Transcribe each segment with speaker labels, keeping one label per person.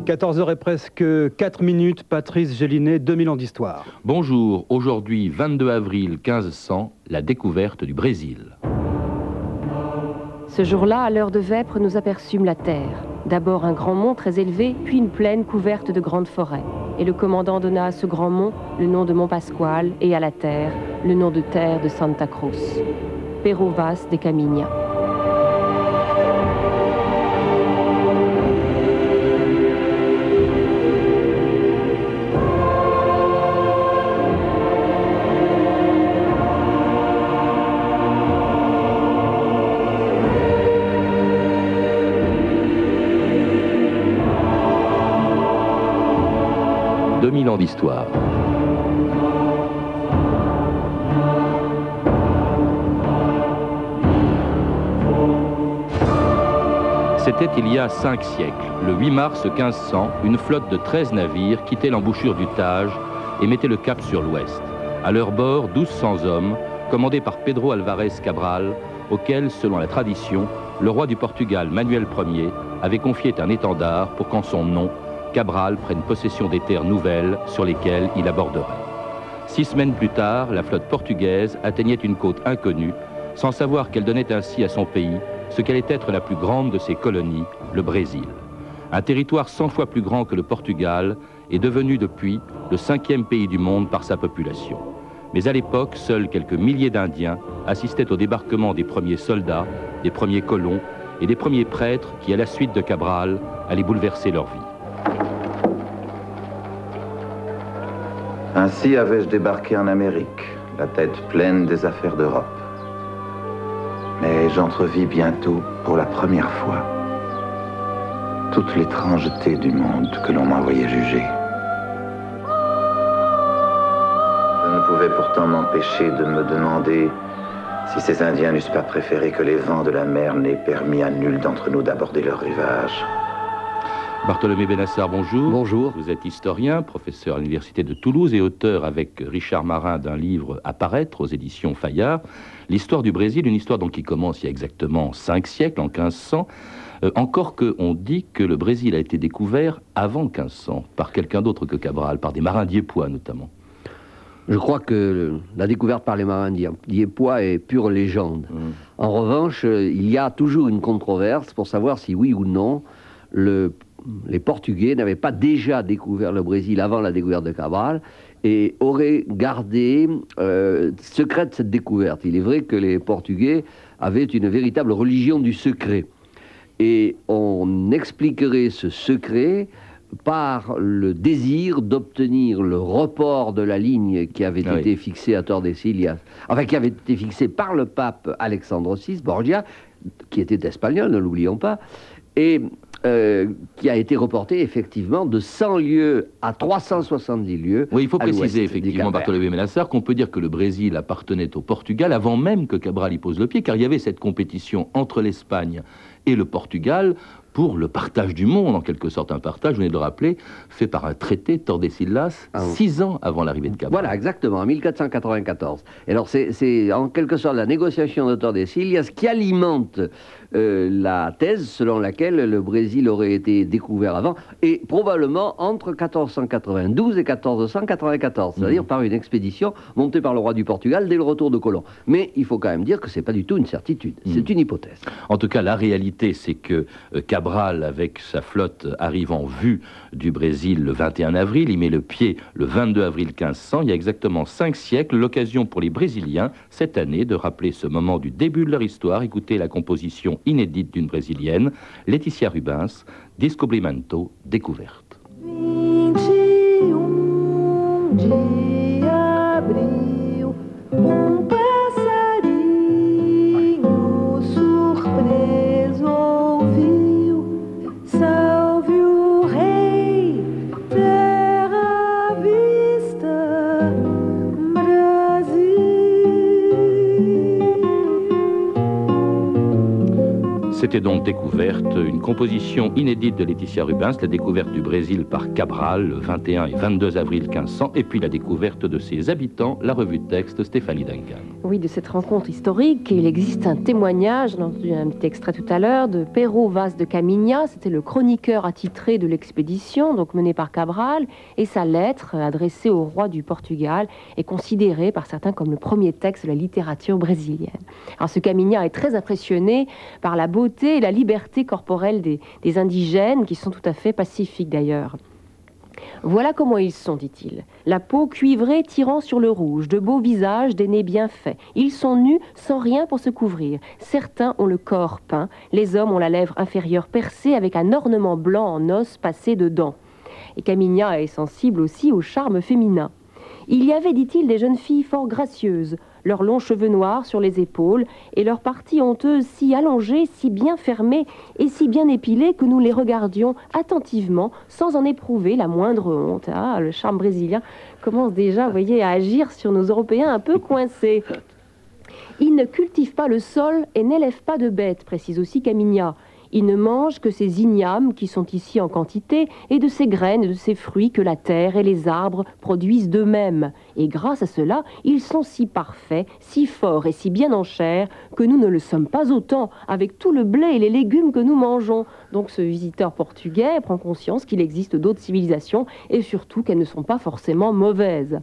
Speaker 1: 14h et presque 4 minutes, Patrice Gélinet, 2000 ans d'histoire.
Speaker 2: Bonjour, aujourd'hui 22 avril 1500, la découverte du Brésil.
Speaker 3: Ce jour-là, à l'heure de vêpres, nous aperçûmes la terre. D'abord un grand mont très élevé, puis une plaine couverte de grandes forêts. Et le commandant donna à ce grand mont le nom de Mont Pascual et à la terre le nom de terre de Santa Cruz. Pero Vaz de Caminha.
Speaker 2: Ans d'histoire. C'était il y a 5 siècles, le 8 mars 1500, une flotte de 13 navires quittait l'embouchure du Tage et mettait le cap sur l'ouest. À leur bord, 1200 hommes, commandés par Pedro Alvarez Cabral, auquel, selon la tradition, le roi du Portugal, Manuel Ier, avait confié un étendard pour qu'en son nom, Cabral prenne possession des terres nouvelles sur lesquelles il aborderait. 6 semaines plus tard, la flotte portugaise atteignait une côte inconnue, sans savoir qu'elle donnait ainsi à son pays ce qu'allait être la plus grande de ses colonies, le Brésil. Un territoire 100 fois plus grand que le Portugal est devenu depuis le 5e pays du monde par sa population. Mais à l'époque, seuls quelques milliers d'Indiens assistaient au débarquement des premiers soldats, des premiers colons et des premiers prêtres qui, à la suite de Cabral, allaient bouleverser leur vie.
Speaker 4: Ainsi avais-je débarqué en Amérique, la tête pleine des affaires d'Europe. Mais j'entrevis bientôt, pour la première fois, toute l'étrangeté du monde que l'on m'envoyait juger. Je ne pouvais pourtant m'empêcher de me demander si ces Indiens n'eussent pas préféré que les vents de la mer n'aient permis à nul d'entre nous d'aborder leur rivage.
Speaker 2: Bartholomé Benassar, bonjour.
Speaker 5: Bonjour.
Speaker 2: Vous êtes historien, professeur à l'Université de Toulouse et auteur avec Richard Marin d'un livre à paraître aux éditions Fayard. L'histoire du Brésil, une histoire donc qui commence il y a exactement 5 siècles, en 1500. Encore qu'on dit que le Brésil a été découvert avant 1500, par quelqu'un d'autre que Cabral, par des marins diepois notamment.
Speaker 5: Je crois que la découverte par les marins diepois est pure légende. En revanche, il y a toujours une controverse pour savoir si oui ou non les Portugais n'avaient pas déjà découvert le Brésil avant la découverte de Cabral et auraient gardé secrète cette découverte. Il est vrai que les Portugais avaient une véritable religion du secret. Et on expliquerait ce secret par le désir d'obtenir le report de la ligne qui avait été fixée à Tordesillas, enfin qui avait été fixée par le pape Alexandre VI, Borgia, qui était espagnol, ne l'oublions pas, et qui a été reporté effectivement de 100 lieues à 370 lieues.
Speaker 2: Oui, il faut préciser effectivement, Bartholomé Benassar, qu'on peut dire que le Brésil appartenait au Portugal avant même que Cabral y pose le pied, car il y avait cette compétition entre l'Espagne et le Portugal pour le partage du monde, en quelque sorte un partage, vous venez de le rappeler, fait par un traité Tordesillas 6 ans avant l'arrivée de Cabral.
Speaker 5: Voilà, exactement, en 1494. Et alors c'est en quelque sorte la négociation de Tordesillas qui alimente la thèse selon laquelle le Brésil aurait été découvert avant, et probablement entre 1492 et 1494, c'est-à-dire par une expédition montée par le roi du Portugal dès le retour de Colomb. Mais il faut quand même dire que c'est pas du tout une certitude, c'est une hypothèse.
Speaker 2: En tout cas, la réalité, c'est que Cabral, avec sa flotte, arrive en vue du Brésil le 21 avril, il met le pied le 22 avril 1500, il y a exactement 5 siècles, l'occasion pour les Brésiliens, cette année, de rappeler ce moment du début de leur histoire. Écoutez la composition inédite d'une Brésilienne, Laetitia Rubens, Descobrimento, découverte.
Speaker 6: 21 de abril, passarinho surpreso ouviu, salve o rei, terra à vista, Brasil.
Speaker 2: C'était donc Découverte, une composition inédite de Laetitia Rubens, la découverte du Brésil par Cabral le 21 et 22 avril 1500, et puis la découverte de ses habitants, la revue de texte Stéphanie Duncan.
Speaker 3: Oui, de cette rencontre historique, il existe un témoignage, on a entendu un petit extrait tout à l'heure, de Pero Vaz de Caminha, c'était le chroniqueur attitré de l'expédition, donc menée par Cabral, et sa lettre, adressée au roi du Portugal, est considérée par certains comme le premier texte de la littérature brésilienne. Alors ce Caminha est très impressionné par la beauté et la liberté corporelle des indigènes, qui sont tout à fait pacifiques d'ailleurs. Voilà comment ils sont, dit-il. La peau cuivrée tirant sur le rouge, de beaux visages, des nez bien faits. Ils sont nus sans rien pour se couvrir. Certains ont le corps peint, les hommes ont la lèvre inférieure percée avec un ornement blanc en os passé dedans. Et Caminha est sensible aussi au charme féminin. Il y avait, dit-il, des jeunes filles fort gracieuses, leurs longs cheveux noirs sur les épaules et leurs parties honteuses si allongées, si bien fermées et si bien épilées que nous les regardions attentivement sans en éprouver la moindre honte. Ah, le charme brésilien commence déjà, vous voyez, à agir sur nos Européens un peu coincés. Ils ne cultivent pas le sol et n'élèvent pas de bêtes, précise aussi Caminha. Ils ne mangent que ces ignames qui sont ici en quantité et de ces graines et de ces fruits que la terre et les arbres produisent d'eux-mêmes. Et grâce à cela, ils sont si parfaits, si forts et si bien en chair que nous ne le sommes pas autant avec tout le blé et les légumes que nous mangeons. Donc ce visiteur portugais prend conscience qu'il existe d'autres civilisations et surtout qu'elles ne sont pas forcément mauvaises.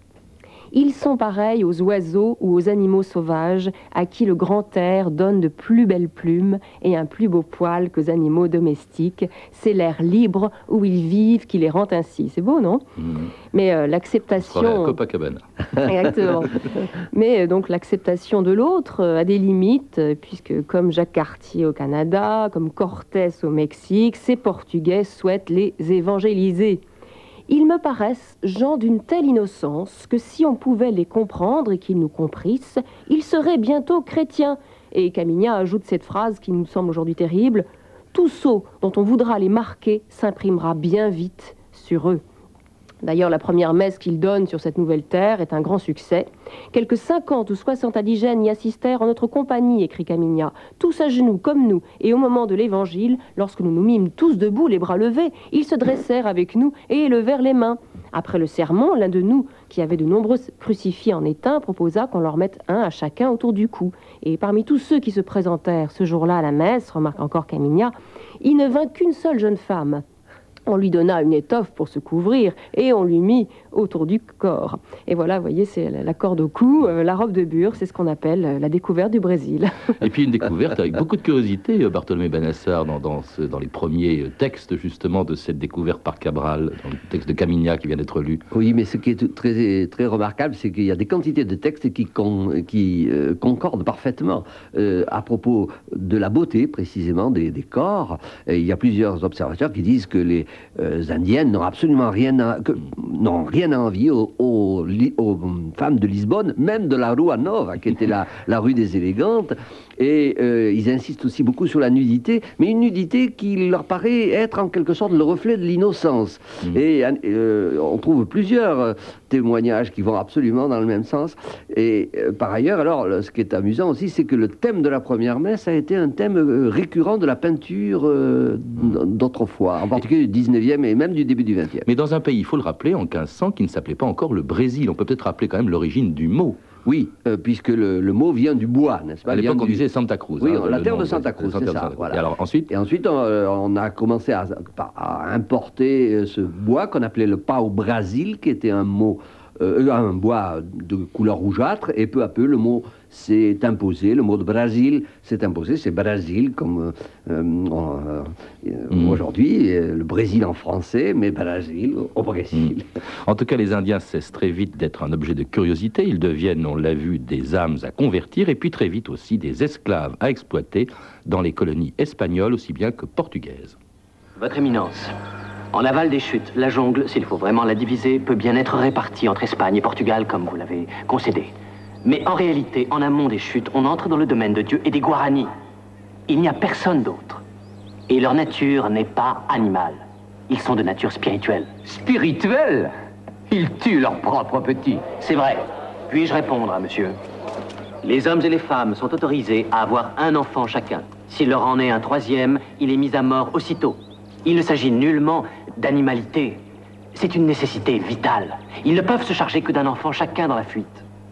Speaker 3: Ils sont pareils aux oiseaux ou aux animaux sauvages à qui le grand air donne de plus belles plumes et un plus beau poil qu'aux animaux domestiques. C'est l'air libre où ils vivent qui les rend ainsi. C'est beau, non ? Mais l'acceptation...
Speaker 2: Copacabana.
Speaker 3: Exactement. Mais donc l'acceptation de l'autre a des limites, puisque comme Jacques Cartier au Canada, comme Cortés au Mexique, ces Portugais souhaitent les évangéliser. Ils me paraissent gens d'une telle innocence que si on pouvait les comprendre et qu'ils nous comprissent, ils seraient bientôt chrétiens. Et Caminha ajoute cette phrase qui nous semble aujourd'hui terrible: « Tout sceau dont on voudra les marquer s'imprimera bien vite sur eux ». D'ailleurs, la première messe qu'il donne sur cette nouvelle terre est un grand succès. Quelques 50 ou 60 indigènes y assistèrent en notre compagnie, écrit Caminha, tous à genoux comme nous, et au moment de l'évangile, lorsque nous nous mîmes tous debout, les bras levés, ils se dressèrent avec nous et élevèrent les mains. Après le sermon, l'un de nous, qui avait de nombreux crucifix en étain, proposa qu'on leur mette un à chacun autour du cou. Et parmi tous ceux qui se présentèrent ce jour-là à la messe, remarque encore Caminha, il ne vint qu'une seule jeune femme. On lui donna une étoffe pour se couvrir et on lui mit autour du corps. Et voilà, vous voyez, c'est la corde au cou, la robe de bure, c'est ce qu'on appelle la découverte du Brésil.
Speaker 2: Et puis une découverte avec beaucoup de curiosité, Bartholomé Banassar, dans les premiers textes justement de cette découverte par Cabral, dans le texte de Caminha qui vient d'être lu.
Speaker 5: Oui, mais ce qui est très, très remarquable, c'est qu'il y a des quantités de textes qui concordent parfaitement à propos de la beauté, précisément, des corps. Et il y a plusieurs observateurs qui disent que les Indiennes n'ont absolument rien à envier aux femmes de Lisbonne, même de la Rua Nova, qui était la rue des élégantes. Et ils insistent aussi beaucoup sur la nudité, mais une nudité qui leur paraît être en quelque sorte le reflet de l'innocence. Et on trouve plusieurs témoignages qui vont absolument dans le même sens. Et par ailleurs, alors, ce qui est amusant aussi, c'est que le thème de la première messe a été un thème récurrent de la peinture d'autrefois, en particulier du 19e et même du début du 20e.
Speaker 2: Mais dans un pays, il faut le rappeler, en 1500, qui ne s'appelait pas encore le Brésil. On peut peut-être rappeler quand même l'origine du mot.
Speaker 5: Oui, puisque le mot vient du bois, n'est-ce pas?
Speaker 2: À l'époque, on disait Santa Cruz.
Speaker 5: Oui, la terre de Santa Cruz, c'est ça. Voilà.
Speaker 2: Et alors, ensuite,
Speaker 5: on a commencé à importer ce bois qu'on appelait le pau-brasil, qui était un bois de couleur rougeâtre, et peu à peu, le mot s'est imposé, le mot de Brésil s'est imposé, c'est Brésil, comme aujourd'hui, le Brésil en français, mais Brésil au Brésil.
Speaker 2: En tout cas, les Indiens cessent très vite d'être un objet de curiosité, ils deviennent, on l'a vu, des âmes à convertir, et puis très vite aussi des esclaves à exploiter dans les colonies espagnoles aussi bien que portugaises.
Speaker 7: Votre Éminence, en aval des chutes, la jungle, s'il faut vraiment la diviser, peut bien être répartie entre Espagne et Portugal, comme vous l'avez concédé. Mais en réalité, en amont des chutes, on entre dans le domaine de Dieu et des Guaranis. Il n'y a personne d'autre. Et leur nature n'est pas animale. Ils sont de nature spirituelle.
Speaker 8: Spirituelle? Ils tuent leurs propres petits.
Speaker 7: C'est vrai. Puis-je répondre à monsieur? Les hommes et les femmes sont autorisés à avoir un enfant chacun. S'il leur en est un troisième, il est mis à mort aussitôt. Il ne s'agit nullement d'animalité. C'est une nécessité vitale. Ils ne peuvent se charger que d'un enfant chacun dans la fuite.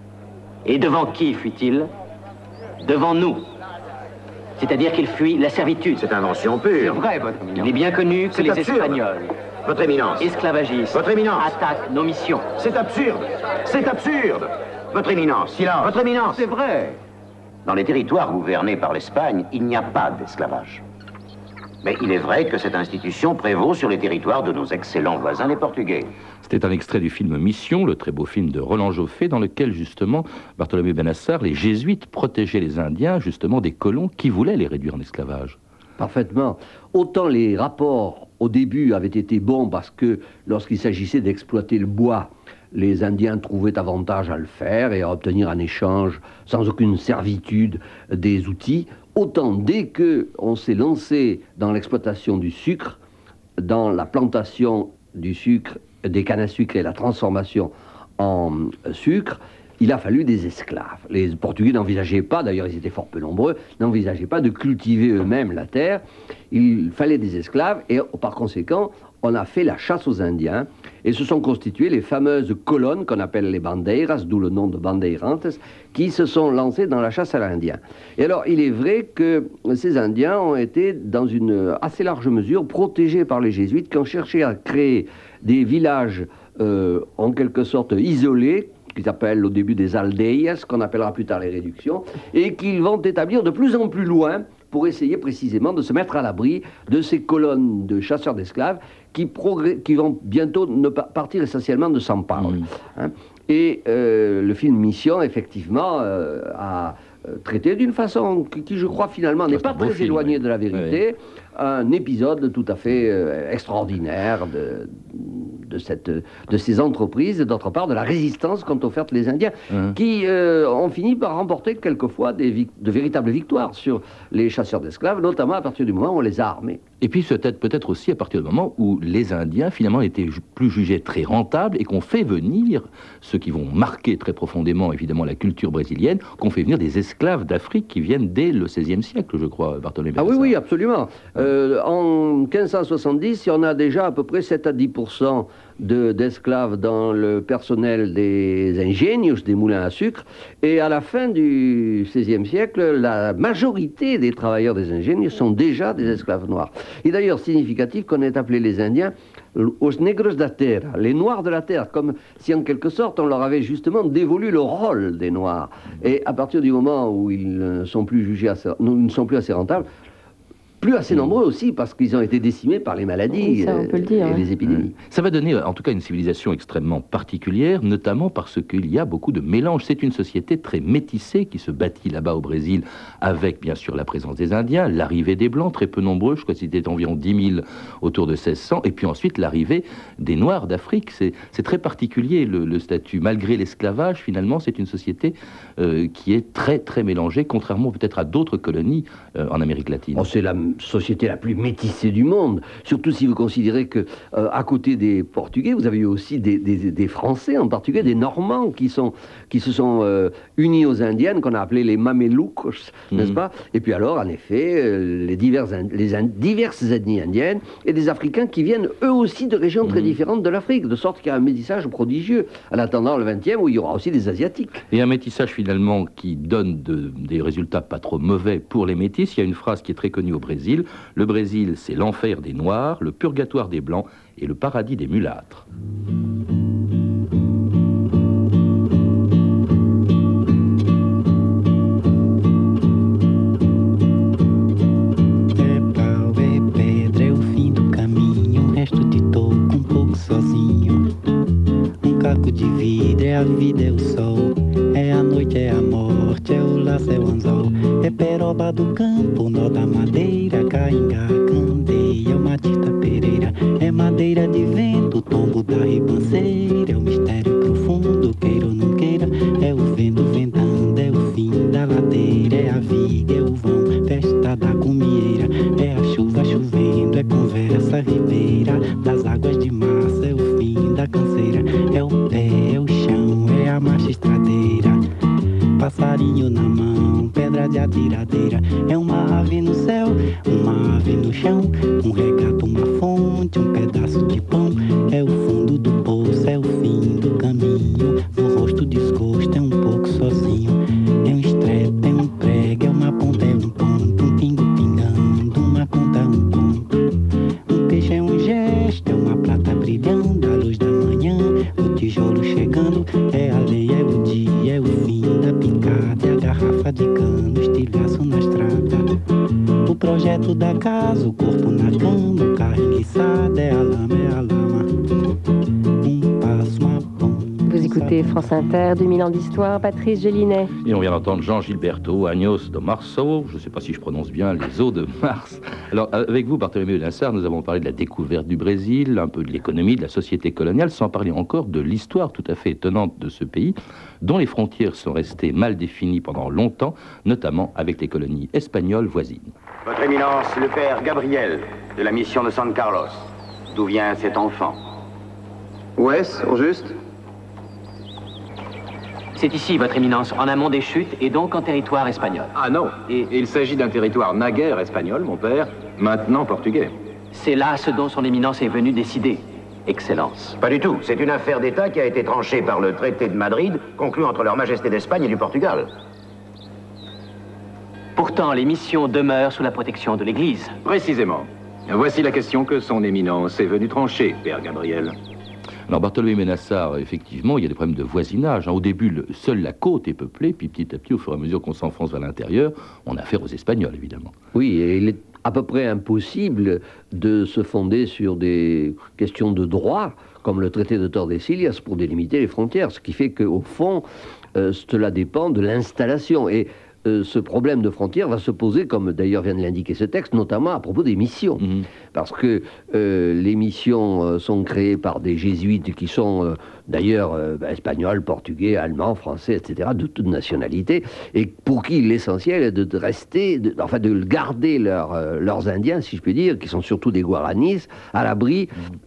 Speaker 7: Et devant qui fuit-il? Devant nous. C'est-à-dire qu'il fuit la servitude.
Speaker 8: C'est invention pure.
Speaker 7: C'est vrai, votre éminence. Il est bien connu que
Speaker 8: C'est
Speaker 7: les
Speaker 8: absurde.
Speaker 7: Espagnols,
Speaker 8: Votre éminence.
Speaker 7: esclavagistes,
Speaker 8: Votre éminence.
Speaker 7: attaquent nos missions.
Speaker 8: C'est absurde. C'est absurde. Votre éminence.
Speaker 7: Silence.
Speaker 8: Votre éminence.
Speaker 7: C'est vrai.
Speaker 8: Dans les territoires gouvernés par l'Espagne, il n'y a pas d'esclavage. Mais il est vrai que cette institution prévaut sur les territoires de nos excellents voisins, les Portugais.
Speaker 2: C'était un extrait du film Mission, le très beau film de Roland Joffé, dans lequel, justement, Bartholomew Benassar, les jésuites protégeaient les Indiens, justement, des colons qui voulaient les réduire en esclavage.
Speaker 5: Parfaitement. Autant les rapports, au début, avaient été bons parce que, lorsqu'il s'agissait d'exploiter le bois, les Indiens trouvaient avantage à le faire et à obtenir en échange, sans aucune servitude, des outils. Autant dès qu'on s'est lancé dans l'exploitation du sucre, dans la plantation du sucre, des cannes à sucre et la transformation en sucre, il a fallu des esclaves. Les Portugais n'envisageaient pas, d'ailleurs ils étaient fort peu nombreux, n'envisageaient pas de cultiver eux-mêmes la terre. Il fallait des esclaves et par conséquent, on a fait la chasse aux Indiens et se sont constituées les fameuses colonnes qu'on appelle les bandeiras, d'où le nom de bandeirantes, qui se sont lancées dans la chasse à l'Indien. Et alors, il est vrai que ces Indiens ont été, dans une assez large mesure, protégés par les jésuites qui ont cherché à créer des villages en quelque sorte isolés, qui s'appellent au début des aldeias, qu'on appellera plus tard les réductions, et qu'ils vont établir de plus en plus loin pour essayer précisément de se mettre à l'abri de ces colonnes de chasseurs d'esclaves qui vont bientôt partir essentiellement de São Paulo. Hein. Et le film Mission, effectivement, a traité d'une façon qui, je crois, finalement, n'est pas très éloignée de la vérité, un épisode tout à fait extraordinaire de ces entreprises, et d'autre part de la résistance qu'ont offerte les Indiens, qui ont fini par remporter quelquefois de véritables victoires sur les chasseurs d'esclaves, notamment à partir du moment où on les a armés.
Speaker 2: Et puis peut-être aussi à partir du moment où les Indiens finalement étaient plus jugés très rentables et qu'on fait venir, ceux qui vont marquer très profondément évidemment la culture brésilienne, qu'on fait venir des esclaves d'Afrique qui viennent dès le XVIe siècle, je crois, Bartholomew Benassar.
Speaker 5: Ah oui, absolument. En 1570, il y en a déjà à peu près 7 à 10% d'esclaves dans le personnel des ingénios, des moulins à sucre, et à la fin du XVIe siècle, la majorité des travailleurs des ingénios sont déjà des esclaves noirs. Et d'ailleurs, significatif qu'on ait appelé les Indiens os negros da terra, les noirs de la terre, comme si en quelque sorte on leur avait justement dévolu le rôle des noirs. Et à partir du moment où ils ne sont plus assez rentables, plus assez nombreux aussi, parce qu'ils ont été décimés par les maladies
Speaker 3: ça, on peut le dire,
Speaker 5: et les épidémies.
Speaker 2: Ça va donner en tout cas une civilisation extrêmement particulière, notamment parce qu'il y a beaucoup de mélange. C'est une société très métissée qui se bâtit là-bas au Brésil, avec bien sûr la présence des Indiens, l'arrivée des Blancs, très peu nombreux, je crois que c'était environ 10 000 autour de 1600, et puis ensuite l'arrivée des Noirs d'Afrique. C'est très particulier le statut. Malgré l'esclavage, finalement, c'est une société qui est très très mélangée, contrairement peut-être à d'autres colonies en Amérique latine.
Speaker 5: Oh, c'est la société la plus métissée du monde, surtout si vous considérez que à côté des Portugais, vous avez eu aussi des Français, en particulier des Normands qui se sont unis aux Indiennes, qu'on a appelés les Mamelucos, n'est-ce pas? Et puis alors, en effet, les diverses ethnies indiennes et des Africains qui viennent eux aussi de régions très différentes de l'Afrique, de sorte qu'il y a un métissage prodigieux, en attendant le 20e où il y aura aussi des Asiatiques.
Speaker 2: Et un métissage finalement qui donne des résultats pas trop mauvais pour les métis. Il y a une phrase qui est très connue au Brésil. Le Brésil, c'est l'enfer des Noirs, le purgatoire des Blancs et le paradis des mulâtres.
Speaker 9: É pau, é pedra, é o fim do caminho, um resto de toco, um pouco sozinho. Um caco de vidro, é a vida, é o sol, é a noite, é a morte, é o laço, é o anzol. É peroba do campo, nó da madeira, cainga, candeia, matita pereira. É madeira de vento, tombo da ribanceira. É o mistério profundo, queira ou não queira. É o vento ventando, é o fim da ladeira. É a viga, é o vão, festa da cumieira. É a chuva chovendo, é conversa ribeira. Das águas de massa, é o fim da canseira. É o pé, é o chão, é a marcha estradeira. passarinho na mão, pedra de atiradeira. É uma ave no céu, uma ave no chão, um regato, uma fonte, um pedaço de pão. É o fundo do poço, é o fim do caminho. No rosto desgosto, é um pouco sozinho. É um estrepe, é um prego, é uma ponta, é um ponto, um pingo pingando, uma conta, um ponto. Um peixe é um gesto, é uma prata brilhando, a luz da manhã, o tijolo chegando. É a lei, é o dia, é o fim da picada, é a garrafa de cano, estilhaço na estrada. O projeto da casa, o corpo na cama, o carro enguiçado, é a lama, é a lama. Passo, uma ponta.
Speaker 3: Vous écoutez France Inter, 2000 ans d'histoire, Patrice Gélinet.
Speaker 2: Et on vient d'entendre Jean Gilberto, Agnos de Marceau, je ne sais pas si je prononce bien, les eaux de Mars. Alors avec vous, Bartholoméo Nassar, nous avons parlé de la découverte du Brésil, un peu de l'économie, de la société coloniale, sans parler encore de l'histoire tout à fait étonnante de ce pays, dont les frontières sont restées mal définies pendant longtemps, notamment avec les colonies espagnoles voisines.
Speaker 10: Votre Éminence, le père Gabriel, de la mission de San Carlos. D'où vient cet enfant?
Speaker 1: Où est-ce, au juste?
Speaker 7: C'est ici, Votre Éminence, en amont des chutes et donc en territoire espagnol.
Speaker 10: Ah non, il s'agit d'un territoire naguère espagnol, mon père, maintenant portugais.
Speaker 7: C'est là ce dont son Éminence est venue décider, Excellence.
Speaker 8: Pas du tout. C'est une affaire d'État qui a été tranchée par le traité de Madrid, conclu entre leur Majesté d'Espagne et du Portugal.
Speaker 7: Pourtant, les missions demeurent sous la protection de l'Église.
Speaker 10: Précisément. Voici la question que son Éminence est venue trancher, père Gabriel.
Speaker 2: Alors Bartholoméo Nassar, effectivement, il y a des problèmes de voisinage. Au début, seule la côte est peuplée, puis petit à petit, au fur et à mesure qu'on s'enfonce vers l'intérieur, on a affaire aux Espagnols, évidemment.
Speaker 5: Oui, et il est à peu près impossible de se fonder sur des questions de droit, comme le traité de Tordesillas, pour délimiter les frontières, ce qui fait qu'au fond, cela dépend de l'installation. Et ce problème de frontières va se poser, comme d'ailleurs vient de l'indiquer ce texte, notamment à propos des missions. Parce que les missions sont créées par des jésuites qui sont d'ailleurs espagnols, portugais, allemands, français, etc., de toute nationalité, et pour qui l'essentiel est de rester, de garder leurs Indiens, si je puis dire, qui sont surtout des Guaranis, à l'abri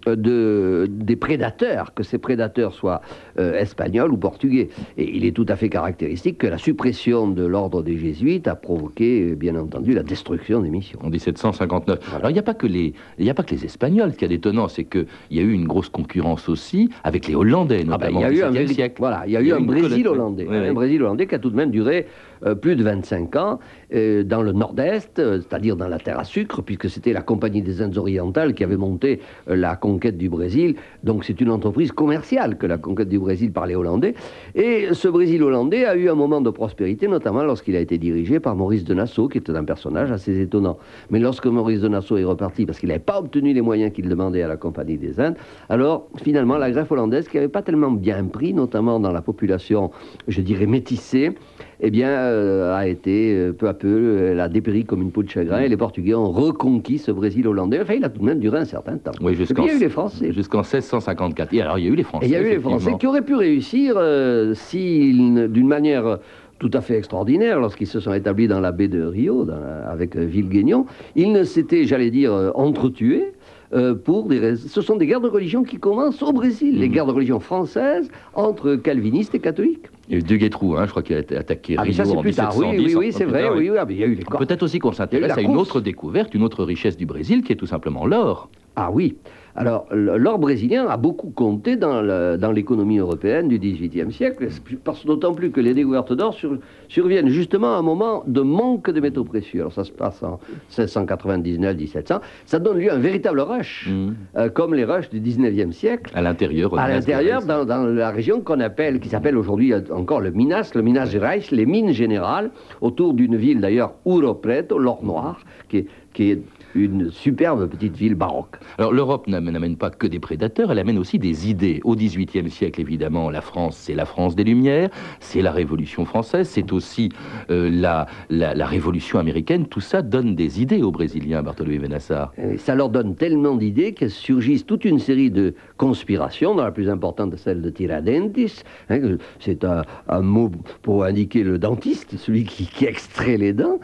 Speaker 5: des prédateurs, que ces prédateurs soient espagnols ou portugais. Et il est tout à fait caractéristique que la suppression de l'ordre des jésuites a provoqué, bien entendu, la destruction des missions.
Speaker 2: En 1759. Voilà. Alors il n'y a pas que les Espagnols. Ce qui est étonnant, c'est qu'il y a eu une grosse concurrence aussi avec les Hollandais, notamment au XVIIe siècle.
Speaker 5: Voilà, il y a eu un Brésil hollandais. Oui, un Brésil hollandais qui a tout de même duré plus de 25 ans dans le nord-est, c'est-à-dire dans la terre à sucre, puisque c'était la Compagnie des Indes orientales qui avait monté la conquête du Brésil. Donc c'est une entreprise commerciale que la conquête du Brésil par les Hollandais. Et ce Brésil hollandais a eu un moment de prospérité, notamment lorsqu'il a été dirigé par Maurice de Nassau, qui était un personnage assez étonnant. Mais lorsque Maurice de Nassau est reparti, parce qu'il n'avait pas obtenu les moyens qu'il demandait à la Compagnie des Indes, alors finalement la greffe hollandaise, qui n'avait pas tellement bien pris, notamment dans la population, je dirais, métissée, eh bien, a été peu à peu, elle a dépéri comme une peau de chagrin, et les Portugais ont reconquis ce Brésil hollandais. Enfin, il a tout de même duré un certain temps.
Speaker 2: Oui,
Speaker 5: et puis il y a eu les Français.
Speaker 2: Jusqu'en 1654. Et alors, il y a eu les Français.
Speaker 5: Et il y a eu les Français qui auraient pu réussir d'une manière tout à fait extraordinaire lorsqu'ils se sont établis dans la baie de Rio, avec Villeguignon. Ils ne s'étaient, j'allais dire, entretués. Ce sont des guerres de religion qui commencent au Brésil, les guerres de religion françaises entre calvinistes et catholiques.
Speaker 2: Il y a eu Duguay-Trou, je crois qu'il a été attaqué Rio
Speaker 5: ça, c'est
Speaker 2: en
Speaker 5: plus tard.
Speaker 2: 1710.
Speaker 5: Oui, c'est vrai. Oui, il y a eu les
Speaker 2: Peut-être aussi qu'on s'intéresse à une autre découverte, une autre richesse du Brésil, qui est tout simplement l'or.
Speaker 5: Ah oui. Alors, l'or brésilien a beaucoup compté dans l'économie européenne du XVIIIe siècle, d'autant plus que les découvertes d'or surviennent justement à un moment de manque de métaux précieux. Alors, ça se passe en 1699-1700. Ça donne lieu à un véritable rush, comme les rushs du XIXe siècle.
Speaker 2: À l'intérieur,
Speaker 5: dans la région qui s'appelle aujourd'hui encore le Minas Gerais, les mines générales, autour d'une ville d'ailleurs, Ouro Preto, l'or noir, qui est une superbe petite ville baroque.
Speaker 2: Alors l'Europe n'amène pas que des prédateurs, elle amène aussi des idées. Au XVIIIe siècle, évidemment, la France, c'est la France des Lumières, c'est la Révolution française, c'est aussi la Révolution américaine. Tout ça donne des idées aux Brésiliens, Bartholoméo Nassar.
Speaker 5: Ça leur donne tellement d'idées que surgissent toute une série de conspirations, dans la plus importante celle de Tiradentes. C'est un mot pour indiquer le dentiste, celui qui extrait les dents.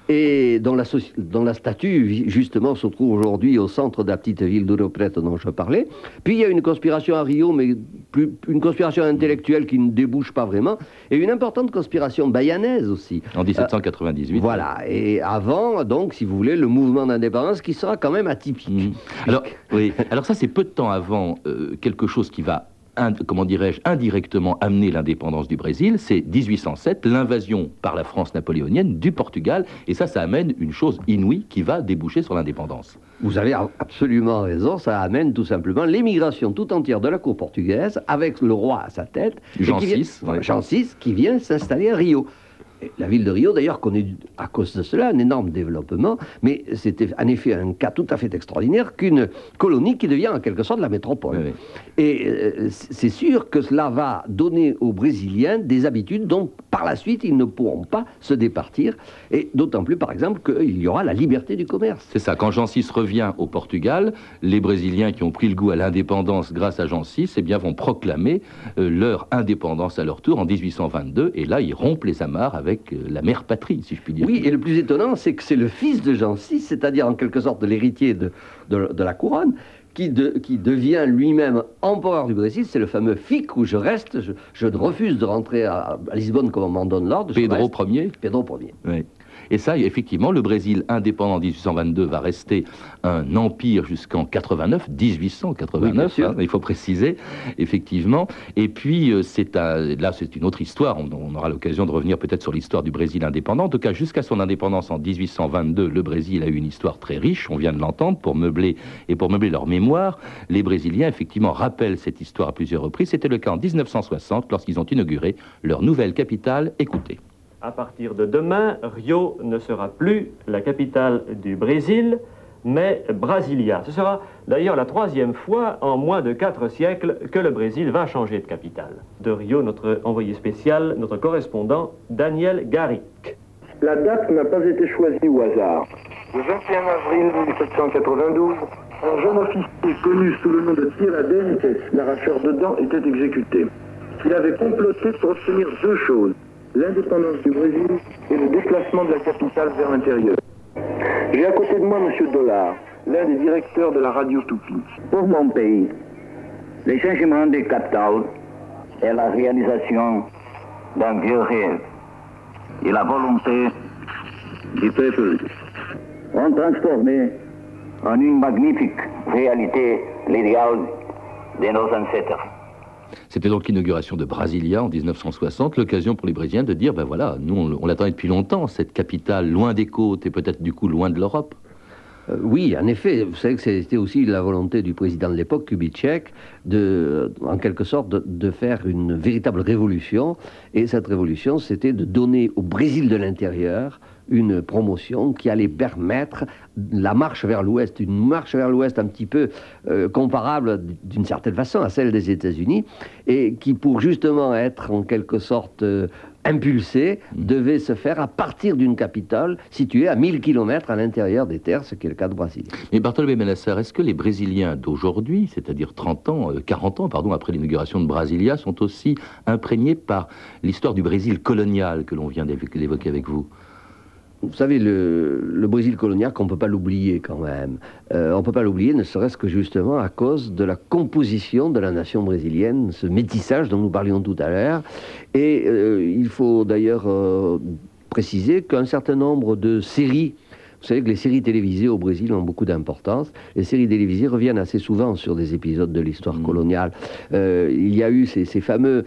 Speaker 5: et dont la statue, justement, se trouve aujourd'hui au centre de la petite ville d'Ouro Preto dont je parlais. Puis il y a une conspiration à Rio, mais une conspiration intellectuelle qui ne débouche pas vraiment, et une importante conspiration bayanaise aussi.
Speaker 2: En 1798.
Speaker 5: Voilà, et avant, donc, si vous voulez, le mouvement d'indépendance qui sera quand même atypique.
Speaker 2: Alors, oui. Alors ça, c'est peu de temps avant quelque chose qui va, comment dirais-je, indirectement amener l'indépendance du Brésil, c'est 1807, l'invasion par la France napoléonienne du Portugal, et ça amène une chose inouïe qui va déboucher sur l'indépendance.
Speaker 5: Vous avez absolument raison, ça amène tout simplement l'émigration tout entière de la cour portugaise, avec le roi à sa tête,
Speaker 2: Jean VI,
Speaker 5: Jean VI, qui vient s'installer à Rio. Et la ville de Rio, d'ailleurs, connaît à cause de cela un énorme développement, mais c'était en effet un cas tout à fait extraordinaire qu'une colonie qui devient en quelque sorte la métropole.
Speaker 2: Oui.
Speaker 5: Et c'est sûr que cela va donner aux Brésiliens des habitudes dont par la suite ils ne pourront pas se départir, et d'autant plus par exemple qu'il y aura la liberté du commerce.
Speaker 2: C'est ça, quand Jean VI revient au Portugal, les Brésiliens qui ont pris le goût à l'indépendance grâce à Jean VI, eh bien, vont proclamer leur indépendance à leur tour en 1822, et là ils rompent les amarres avec la mère patrie, si je puis dire.
Speaker 5: Oui, et le plus étonnant, c'est que c'est le fils de Jean VI, c'est-à-dire en quelque sorte de l'héritier de la couronne, qui devient lui-même empereur du Brésil. C'est le fameux FIC où je reste, je refuse de rentrer à Lisbonne comme on m'en donne l'ordre.
Speaker 2: Pedro Ier.
Speaker 5: Pedro Ier.
Speaker 2: Oui. Et ça, effectivement, le Brésil indépendant en 1822 va rester un empire jusqu'en 1889, oui, hein, il faut préciser, effectivement. Et puis, là, c'est une autre histoire. On aura l'occasion de revenir peut-être sur l'histoire du Brésil indépendant. En tout cas, jusqu'à son indépendance en 1822, le Brésil a eu une histoire très riche, on vient de l'entendre, pour meubler leur mémoire. Les Brésiliens, effectivement, rappellent cette histoire à plusieurs reprises. C'était le cas en 1960, lorsqu'ils ont inauguré leur nouvelle capitale. Écoutez.
Speaker 11: À partir de demain, Rio ne sera plus la capitale du Brésil, mais Brasilia. Ce sera d'ailleurs la 3e fois en moins de 4 siècles que le Brésil va changer de capitale. De Rio, notre envoyé spécial, notre correspondant, Daniel Garrick.
Speaker 12: La date n'a pas été choisie au hasard. Le 21 avril 1792, un jeune officier connu sous le nom de Tiradentes, l'arracheur de dents, était exécuté. Il avait comploté pour obtenir 2 choses. L'indépendance du Brésil et le déplacement de la capitale vers l'intérieur. J'ai à côté de moi M. Dollard, l'un des directeurs de la radio Tupi.
Speaker 13: Pour mon pays, le changement de capitale est la réalisation d'un vieux rêve et la volonté du peuple ont transformé en une magnifique réalité l'idéal de nos ancêtres.
Speaker 2: C'était donc l'inauguration de Brasilia en 1960, l'occasion pour les Brésiliens de dire, ben voilà, nous on l'attendait depuis longtemps, cette capitale loin des côtes et peut-être du coup loin de l'Europe.
Speaker 5: Oui, en effet, vous savez que c'était aussi la volonté du président de l'époque, Kubitschek, en quelque sorte de faire une véritable révolution, et cette révolution, c'était de donner au Brésil de l'intérieur une promotion qui allait permettre la marche vers l'Ouest, une marche vers l'Ouest un petit peu comparable d'une certaine façon à celle des États-Unis, et qui, pour justement être en quelque sorte impulsée, devait se faire à partir d'une capitale située à 1000 km à l'intérieur des terres, ce qui est le cas de Brasilia.
Speaker 2: Mais Bartolomé Benassar, est-ce que les Brésiliens d'aujourd'hui, c'est-à-dire 40 ans après l'inauguration de Brasilia, sont aussi imprégnés par l'histoire du Brésil colonial que l'on vient d'évoquer avec vous ?
Speaker 5: Vous savez, le Brésil colonial, on ne peut pas l'oublier quand même. On ne peut pas l'oublier, ne serait-ce que justement à cause de la composition de la nation brésilienne, ce métissage dont nous parlions tout à l'heure. Et il faut d'ailleurs préciser qu'un certain nombre de séries, vous savez que les séries télévisées au Brésil ont beaucoup d'importance. Les séries télévisées reviennent assez souvent sur des épisodes de l'histoire coloniale. Il y a eu ces fameux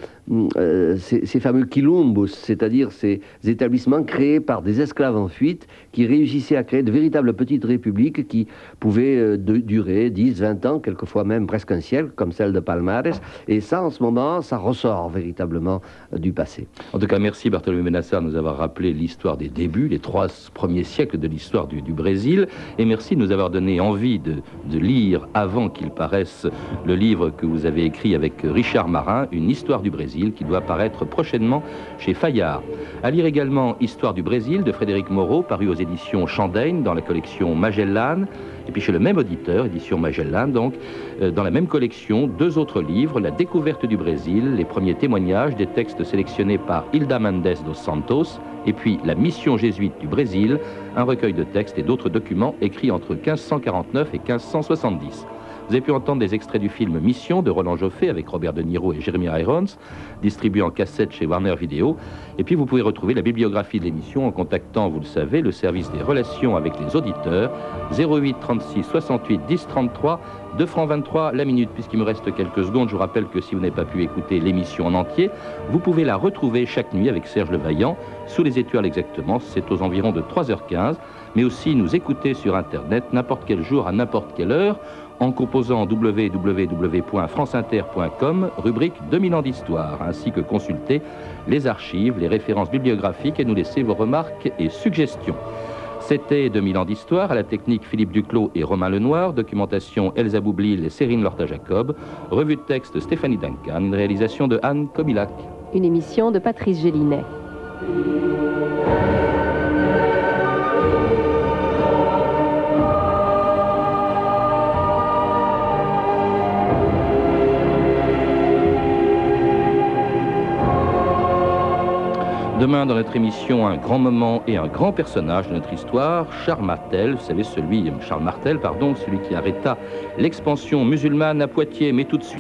Speaker 5: quilombos, c'est-à-dire ces établissements créés par des esclaves en fuite qui réussissaient à créer de véritables petites républiques qui pouvaient durer 10, 20 ans, quelquefois même presque un siècle, comme celle de Palmares. Et ça, en ce moment, ça ressort véritablement du passé.
Speaker 2: En tout cas, merci Bartolomé Benassar de nous avoir rappelé l'histoire des débuts, les 3 premiers siècles de l'histoire du Brésil, et merci de nous avoir donné envie de lire, avant qu'il paraisse, le livre que vous avez écrit avec Richard Marin, Une histoire du Brésil, qui doit paraître prochainement chez Fayard. À lire également Histoire du Brésil de Frédéric Moreau, paru aux éditions Chandaigne dans la collection Magellan, Et puis chez le même auditeur, édition Magellan, donc, dans la même collection, 2 autres livres, La découverte du Brésil, les premiers témoignages, des textes sélectionnés par Hilda Mendes dos Santos, et puis La mission jésuite du Brésil, un recueil de textes et d'autres documents écrits entre 1549 et 1570. Vous avez pu entendre des extraits du film Mission de Roland Joffé avec Robert De Niro et Jeremy Irons, distribué en cassette chez Warner Video. Et puis vous pouvez retrouver la bibliographie de l'émission en contactant, vous le savez, le service des relations avec les auditeurs, 08 36 68 10 33, 2 francs 23 la minute. Puisqu'il me reste quelques secondes, je vous rappelle que si vous n'avez pas pu écouter l'émission en entier, vous pouvez la retrouver chaque nuit avec Serge Levaillant, sous les étoiles exactement, c'est aux environs de 3h15, mais aussi nous écouter sur Internet n'importe quel jour à n'importe quelle heure, en composant www.franceinter.com, rubrique 2000 ans d'histoire, ainsi que consulter les archives, les références bibliographiques et nous laisser vos remarques et suggestions. C'était 2000 ans d'histoire, à la technique Philippe Duclos et Romain Lenoir, documentation Elsa Boublil et Cérine Lorta-Jacob, revue de texte Stéphanie Duncan, une réalisation de Anne Kobilac.
Speaker 3: Une émission de Patrice Gélinet.
Speaker 2: Demain, dans notre émission, un grand moment et un grand personnage de notre histoire, Charles Martel, vous savez, celui qui arrêta l'expansion musulmane à Poitiers, mais tout de suite.